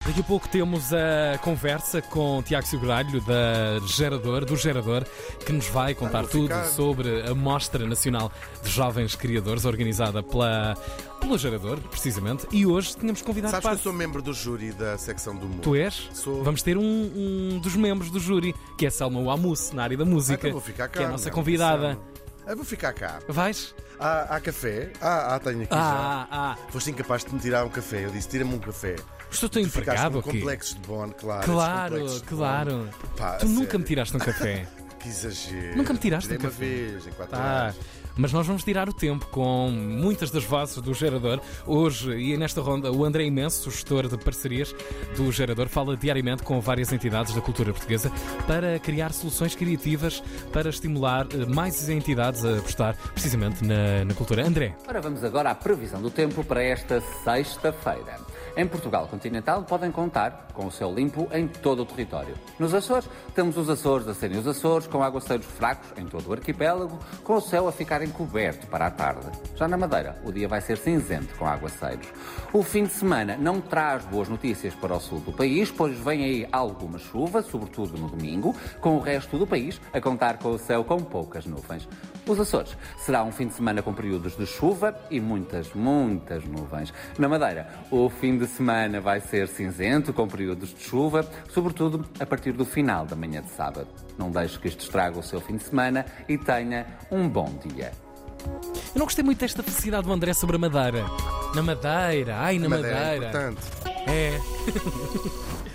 Daqui a pouco temos a conversa com Tiago Seguralho do Gerador, que nos vai contar tudo sobre a Mostra Nacional de Jovens Criadores, organizada pelo Gerador, precisamente. E hoje tínhamos convidado... Sabes que eu sou membro do júri da secção do humor. Tu és? Sou. Vamos ter um dos membros do júri, que é Selma Wamus, na área da música, Então vou ficar cá, que é a nossa convidada. Vou ficar cá. Vais? Há café? Tenho aqui já. Foste incapaz de me tirar um café. Eu disse, tira-me um café. Estou tão empregado aqui. Complexos de Bonn, claro. Claro. Pá, tu nunca me tiraste um café. Que exagero. Nunca me tiraste Tirei um café. uma vez, em 4 anos. Mas nós vamos tirar o tempo com muitas das vozes do Gerador. Hoje, e nesta ronda, o André Imenso, gestor de parcerias do Gerador, fala diariamente com várias entidades da cultura portuguesa para criar soluções criativas para estimular mais entidades a apostar precisamente na cultura. André. Ora, vamos agora à previsão do tempo para esta sexta-feira. Em Portugal continental podem contar com o céu limpo em todo o território. Nos Açores, temos os Açores a serem os Açores, com aguaceiros fracos em todo o arquipélago, com o céu a ficar encoberto para a tarde. Já na Madeira, o dia vai ser cinzento com aguaceiros. O fim de semana não traz boas notícias para o sul do país, pois vem aí alguma chuva, sobretudo no domingo, com o resto do país a contar com o céu com poucas nuvens. Os Açores será um fim de semana com períodos de chuva e muitas nuvens. Na Madeira, o fim de semana vai ser cinzento, com períodos de chuva, sobretudo a partir do final da manhã de sábado. Não deixe que isto estrague o seu fim de semana e tenha um bom dia. Eu não gostei muito desta felicidade do André sobre a Madeira. Na Madeira. Madeira. É importante. É.